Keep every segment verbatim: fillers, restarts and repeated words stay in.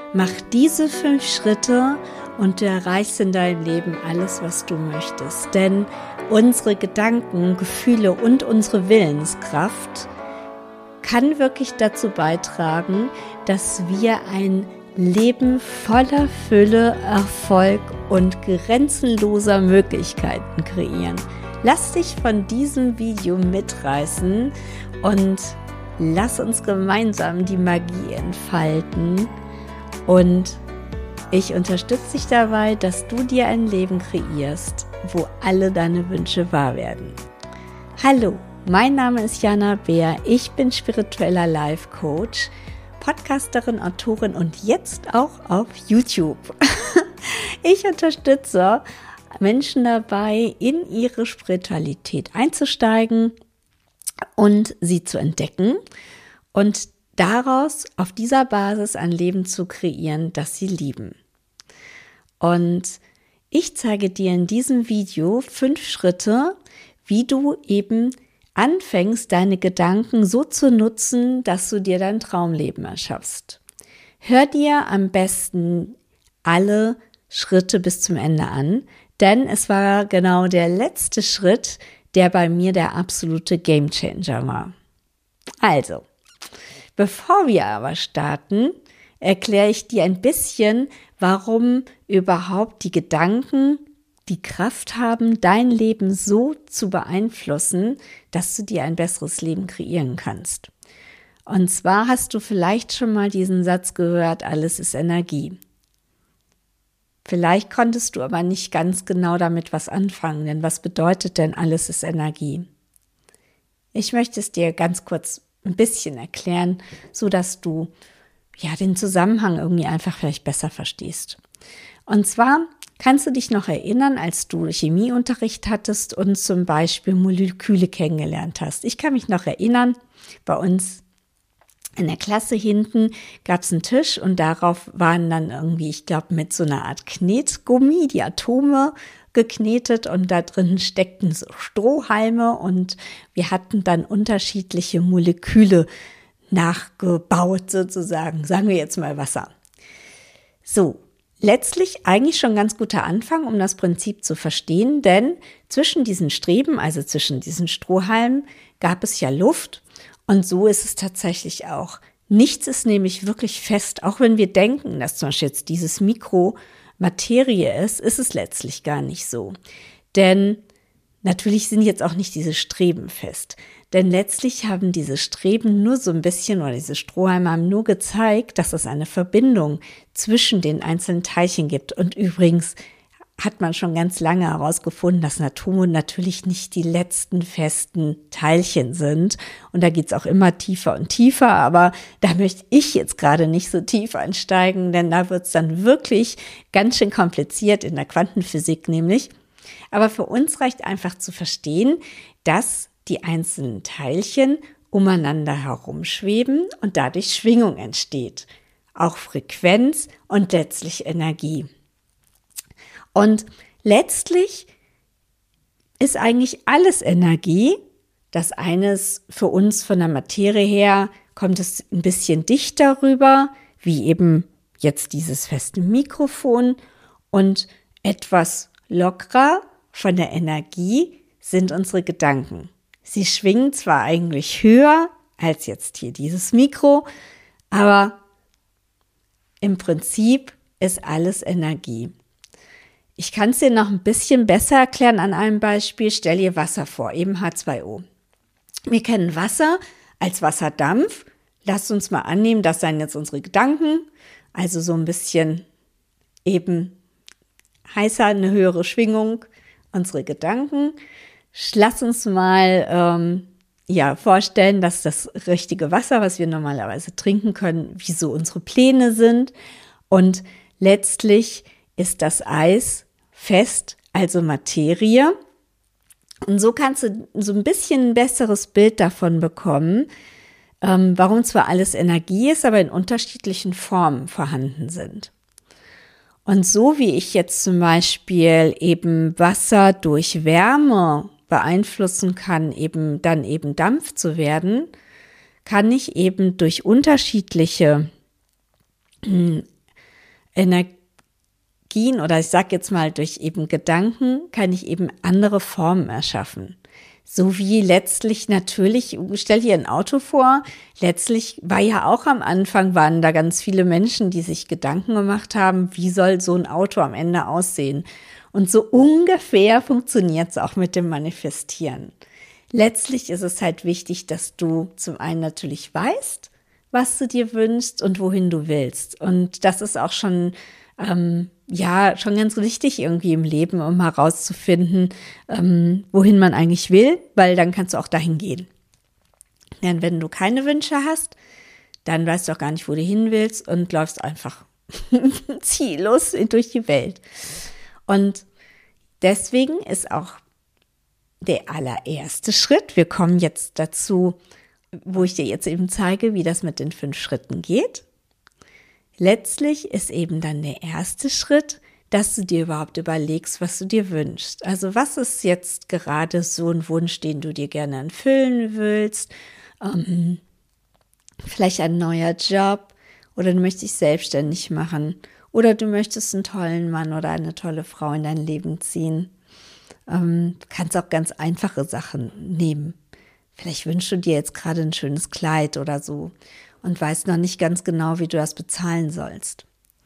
Mach diese fünf Schritte und du erreichst in deinem Leben alles, was du möchtest. Denn unsere Gedanken, Gefühle und unsere Willenskraft kann wirklich dazu beitragen, dass wir ein Leben voller Fülle, Erfolg und grenzenloser Möglichkeiten kreieren. Lass dich von diesem Video mitreißen und lass uns gemeinsam die Magie entfalten. Und ich unterstütze dich dabei, dass du dir ein Leben kreierst, wo alle deine Wünsche wahr werden. Hallo, mein Name ist Jana Beer, ich bin spiritueller Life Coach, Podcasterin, Autorin und jetzt auch auf YouTube. Ich unterstütze Menschen dabei, in ihre Spiritualität einzusteigen und sie zu entdecken und daraus auf dieser Basis ein Leben zu kreieren, das sie lieben. Und ich zeige dir in diesem Video fünf Schritte, wie du eben anfängst, deine Gedanken so zu nutzen, dass du dir dein Traumleben erschaffst. Hör dir am besten alle Schritte bis zum Ende an, denn es war genau der letzte Schritt, der bei mir der absolute Gamechanger war. Also, bevor wir aber starten, erkläre ich dir ein bisschen, warum überhaupt die Gedanken die Kraft haben, dein Leben so zu beeinflussen, dass du dir ein besseres Leben kreieren kannst. Und zwar hast du vielleicht schon mal diesen Satz gehört, alles ist Energie. Vielleicht konntest du aber nicht ganz genau damit was anfangen, denn was bedeutet denn alles ist Energie? Ich möchte es dir ganz kurz ein bisschen erklären, so dass du ja den Zusammenhang irgendwie einfach vielleicht besser verstehst. Und zwar kannst du dich noch erinnern, als du Chemieunterricht hattest und zum Beispiel Moleküle kennengelernt hast. Ich kann mich noch erinnern, bei uns in der Klasse hinten gab es einen Tisch und darauf waren dann irgendwie, ich glaube, mit so einer Art Knetgummi die Atome geknetet und da drin steckten so Strohhalme und wir hatten dann unterschiedliche Moleküle nachgebaut sozusagen, sagen wir jetzt mal Wasser. So, letztlich eigentlich schon ein ganz guter Anfang, um das Prinzip zu verstehen, denn zwischen diesen Streben, also zwischen diesen Strohhalmen, gab es ja Luft und so ist es tatsächlich auch. Nichts ist nämlich wirklich fest, auch wenn wir denken, dass zum Beispiel jetzt dieses Mikro Materie ist, ist es letztlich gar nicht so. Denn natürlich sind jetzt auch nicht diese Streben fest. Denn letztlich haben diese Streben nur so ein bisschen, oder diese Strohhalme haben nur gezeigt, dass es eine Verbindung zwischen den einzelnen Teilchen gibt. Und übrigens hat man schon ganz lange herausgefunden, dass Atome natürlich nicht die letzten festen Teilchen sind. Und da geht's auch immer tiefer und tiefer. Aber da möchte ich jetzt gerade nicht so tief einsteigen, denn da wird's dann wirklich ganz schön kompliziert in der Quantenphysik nämlich. Aber für uns reicht einfach zu verstehen, dass die einzelnen Teilchen umeinander herumschweben und dadurch Schwingung entsteht. Auch Frequenz und letztlich Energie. Und letztlich ist eigentlich alles Energie. Das eine ist für uns von der Materie her, kommt es ein bisschen dichter rüber, wie eben jetzt dieses feste Mikrofon und etwas lockerer von der Energie sind unsere Gedanken. Sie schwingen zwar eigentlich höher als jetzt hier dieses Mikro, aber im Prinzip ist alles Energie. Ich kann es dir noch ein bisschen besser erklären an einem Beispiel. Stell dir Wasser vor, eben H zwei O. Wir kennen Wasser als Wasserdampf. Lasst uns mal annehmen, das seien jetzt unsere Gedanken. Also so ein bisschen eben heißer, eine höhere Schwingung, unsere Gedanken. Lass uns mal ähm, ja, vorstellen, dass das richtige Wasser, was wir normalerweise trinken können, wie so unsere Pläne sind. Und letztlich ist das Eis fest, also Materie. Und so kannst du so ein bisschen ein besseres Bild davon bekommen, ähm, warum zwar alles Energie ist, aber in unterschiedlichen Formen vorhanden sind. Und so wie ich jetzt zum Beispiel eben Wasser durch Wärme beeinflussen kann, eben dann eben Dampf zu werden, kann ich eben durch unterschiedliche Energien oder ich sage jetzt mal durch eben Gedanken kann ich eben andere Formen erschaffen. So wie letztlich natürlich, stell dir ein Auto vor, letztlich war ja auch am Anfang, waren da ganz viele Menschen, die sich Gedanken gemacht haben, wie soll so ein Auto am Ende aussehen. Und so ungefähr funktioniert es auch mit dem Manifestieren. Letztlich ist es halt wichtig, dass du zum einen natürlich weißt, was du dir wünschst und wohin du willst. Und das ist auch schon ähm, ja schon ganz wichtig irgendwie im Leben, um herauszufinden, ähm, wohin man eigentlich will, weil dann kannst du auch dahin gehen. Denn wenn du keine Wünsche hast, dann weißt du auch gar nicht, wo du hin willst und läufst einfach ziellos durch die Welt. Und deswegen ist auch der allererste Schritt, wir kommen jetzt dazu, wo ich dir jetzt eben zeige, wie das mit den fünf Schritten geht. Letztlich ist eben dann der erste Schritt, dass du dir überhaupt überlegst, was du dir wünschst. Also was ist jetzt gerade so ein Wunsch, den du dir gerne erfüllen willst? Ähm, vielleicht ein neuer Job oder du möchtest dich selbstständig machen oder du möchtest einen tollen Mann oder eine tolle Frau in dein Leben ziehen. Ähm, du kannst auch ganz einfache Sachen nehmen. Vielleicht wünschst du dir jetzt gerade ein schönes Kleid oder so und weißt noch nicht ganz genau, wie du das bezahlen sollst.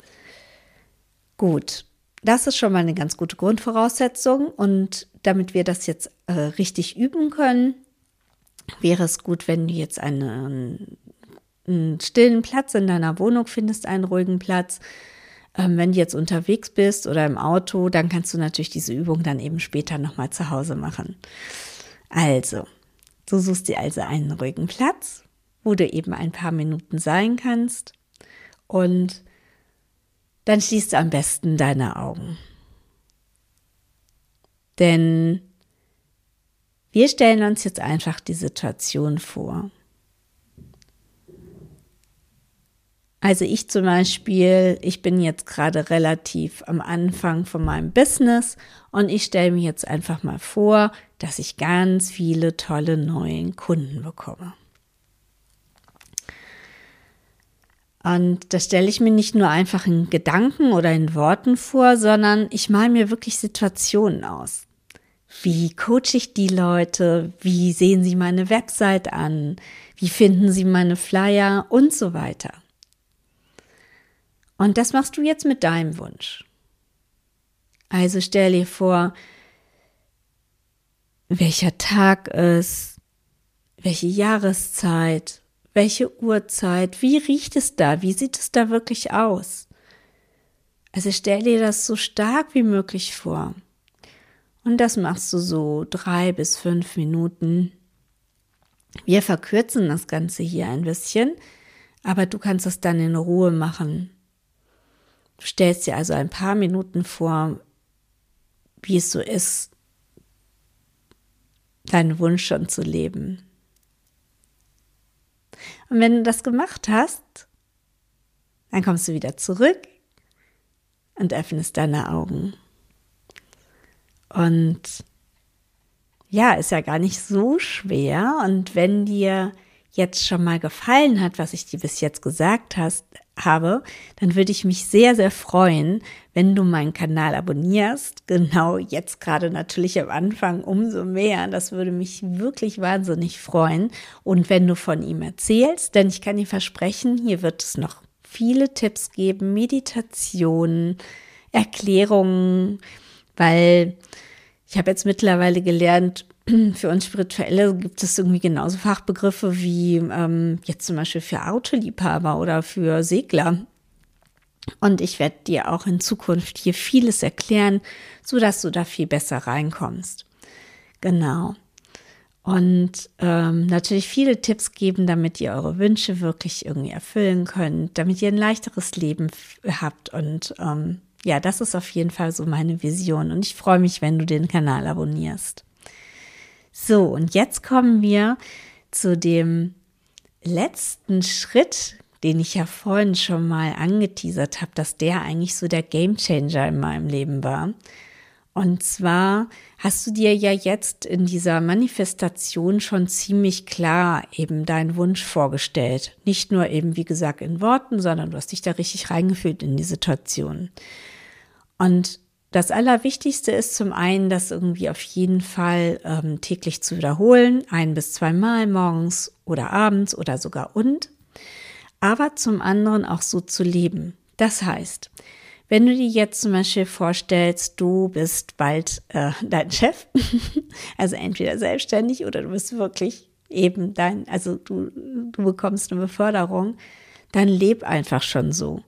Gut, das ist schon mal eine ganz gute Grundvoraussetzung und damit wir das jetzt äh, richtig üben können, wäre es gut, wenn du jetzt einen, einen stillen Platz in deiner Wohnung findest, einen ruhigen Platz. Ähm, wenn du jetzt unterwegs bist oder im Auto, dann kannst du natürlich diese Übung dann eben später nochmal zu Hause machen. Also, du suchst dir also einen ruhigen Platz, wo du eben ein paar Minuten sein kannst und dann schließt du am besten deine Augen. Denn wir stellen uns jetzt einfach die Situation vor. Also ich zum Beispiel, ich bin jetzt gerade relativ am Anfang von meinem Business und ich stelle mir jetzt einfach mal vor, dass ich ganz viele tolle neue Kunden bekomme. Und das stelle ich mir nicht nur einfach in Gedanken oder in Worten vor, sondern ich male mir wirklich Situationen aus. Wie coache ich die Leute? Wie sehen sie meine Website an? Wie finden sie meine Flyer und so weiter? Und das machst du jetzt mit deinem Wunsch. Also stell dir vor, welcher Tag ist, welche Jahreszeit, welche Uhrzeit, wie riecht es da, wie sieht es da wirklich aus? Also stell dir das so stark wie möglich vor. Und das machst du so drei bis fünf Minuten. Wir verkürzen das Ganze hier ein bisschen, aber du kannst es dann in Ruhe machen. Du stellst dir also ein paar Minuten vor, wie es so ist, deinen Wunsch schon zu leben. Und wenn du das gemacht hast, dann kommst du wieder zurück und öffnest deine Augen. Und ja, ist ja gar nicht so schwer. Und wenn dir jetzt schon mal gefallen hat, was ich dir bis jetzt gesagt hast, habe, dann würde ich mich sehr, sehr freuen, wenn du meinen Kanal abonnierst. Genau jetzt gerade natürlich am Anfang umso mehr. Das würde mich wirklich wahnsinnig freuen. Und wenn du von ihm erzählst, denn ich kann dir versprechen, hier wird es noch viele Tipps geben, Meditationen, Erklärungen, weil ich habe jetzt mittlerweile gelernt, für uns Spirituelle gibt es irgendwie genauso Fachbegriffe wie ähm, jetzt zum Beispiel für Autoliebhaber oder für Segler. Und ich werde dir auch in Zukunft hier vieles erklären, sodass du da viel besser reinkommst. Genau. Und ähm, natürlich viele Tipps geben, damit ihr eure Wünsche wirklich irgendwie erfüllen könnt, damit ihr ein leichteres Leben f- habt. Und ähm, ja, das ist auf jeden Fall so meine Vision. Und ich freue mich, wenn du den Kanal abonnierst. So, und jetzt kommen wir zu dem letzten Schritt, den ich ja vorhin schon mal angeteasert habe, dass der eigentlich so der Gamechanger in meinem Leben war. Und zwar hast du dir ja jetzt in dieser Manifestation schon ziemlich klar eben deinen Wunsch vorgestellt. Nicht nur eben, wie gesagt, in Worten, sondern du hast dich da richtig reingefühlt in die Situation. Und das Allerwichtigste ist zum einen, das irgendwie auf jeden Fall ähm, täglich zu wiederholen, ein bis zweimal morgens oder abends oder sogar und. Aber zum anderen auch so zu leben. Das heißt, wenn du dir jetzt zum Beispiel vorstellst, du bist bald äh, dein Chef, also entweder selbstständig oder du bist wirklich eben dein, also du, du bekommst eine Beförderung, dann leb einfach schon so.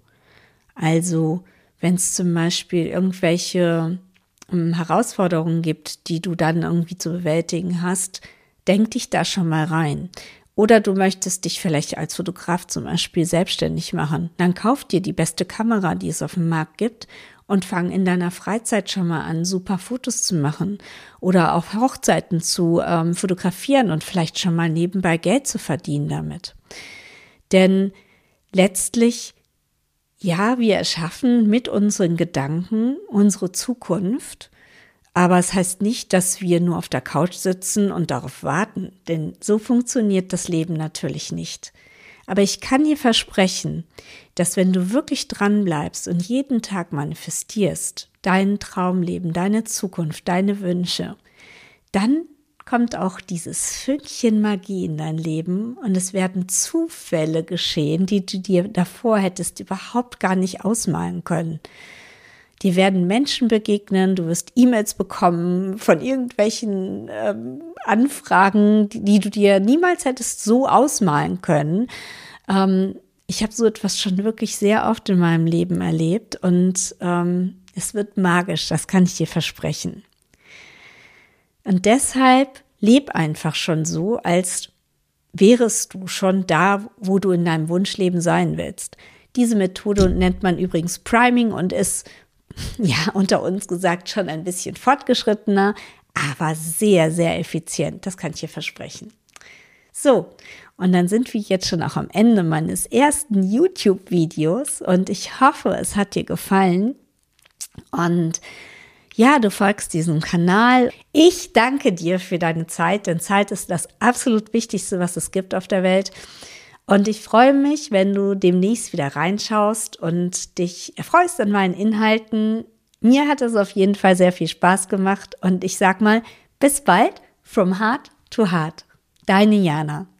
Also wenn es zum Beispiel irgendwelche ähm, Herausforderungen gibt, die du dann irgendwie zu bewältigen hast, denk dich da schon mal rein. Oder du möchtest dich vielleicht als Fotograf zum Beispiel selbstständig machen. Dann kauf dir die beste Kamera, die es auf dem Markt gibt und fang in deiner Freizeit schon mal an, super Fotos zu machen oder auf Hochzeiten zu ähm, fotografieren und vielleicht schon mal nebenbei Geld zu verdienen damit. Denn letztlich, ja, wir erschaffen mit unseren Gedanken unsere Zukunft. Aber es heißt nicht, dass wir nur auf der Couch sitzen und darauf warten, denn so funktioniert das Leben natürlich nicht. Aber ich kann dir versprechen, dass wenn du wirklich dran bleibst und jeden Tag manifestierst, dein Traumleben, deine Zukunft, deine Wünsche, dann kommt auch dieses Fünkchen Magie in dein Leben und es werden Zufälle geschehen, die du dir davor hättest überhaupt gar nicht ausmalen können. Dir werden Menschen begegnen, du wirst E-Mails bekommen von irgendwelchen ähm, Anfragen, die, die du dir niemals hättest so ausmalen können. Ähm, ich habe so etwas schon wirklich sehr oft in meinem Leben erlebt und ähm, es wird magisch, das kann ich dir versprechen. Und deshalb leb einfach schon so, als wärest du schon da, wo du in deinem Wunschleben sein willst. Diese Methode nennt man übrigens Priming und ist ja, unter uns gesagt, schon ein bisschen fortgeschrittener, aber sehr, sehr effizient. Das kann ich dir versprechen. So, und dann sind wir jetzt schon auch am Ende meines ersten YouTube-Videos und ich hoffe, es hat dir gefallen. Und ja, du folgst diesem Kanal. Ich danke dir für deine Zeit, denn Zeit ist das absolut Wichtigste, was es gibt auf der Welt. Und ich freue mich, wenn du demnächst wieder reinschaust und dich erfreust an meinen Inhalten. Mir hat es auf jeden Fall sehr viel Spaß gemacht und ich sag mal, bis bald, from heart to heart. Deine Jana.